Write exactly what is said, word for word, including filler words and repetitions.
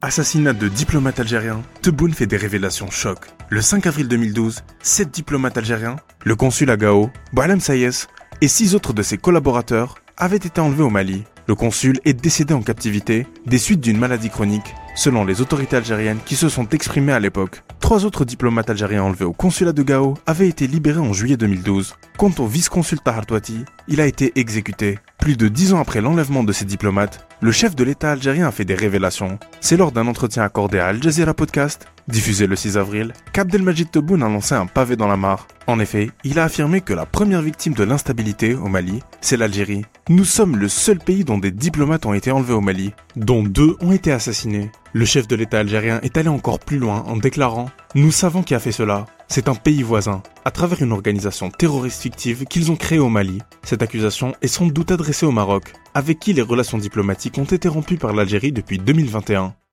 Assassinat de diplomates algériens, Tebboune fait des révélations choc. Le cinq avril deux mille douze, sept diplomates algériens, le consul à Gao, Boualem Saïs et six autres de ses collaborateurs avaient été enlevés au Mali. Le consul est décédé en captivité des suites d'une maladie chronique, selon les autorités algériennes qui se sont exprimées à l'époque. Trois autres diplomates algériens enlevés au consulat de Gao avaient été libérés en juillet deux mille douze. Quant au vice-consul Tahar Touati, il a été exécuté. Plus de dix ans après l'enlèvement de ces diplomates, le chef de l'État algérien a fait des révélations. C'est lors d'un entretien accordé à Al Jazeera Podcast, diffusé le six avril, qu'Abdelmajid Tebboune a lancé un pavé dans la mare. En effet, il a affirmé que la première victime de l'instabilité au Mali, c'est l'Algérie. Nous sommes le seul pays dont des diplomates ont été enlevés au Mali, dont deux ont été assassinés. Le chef de l'État algérien est allé encore plus loin en déclarant « Nous savons qui a fait cela. C'est un pays voisin, à travers une organisation terroriste fictive qu'ils ont créée au Mali. Cette accusation est sans doute adressée au Maroc, avec qui les relations diplomatiques ont été rompues par l'Algérie depuis deux mille vingt et un.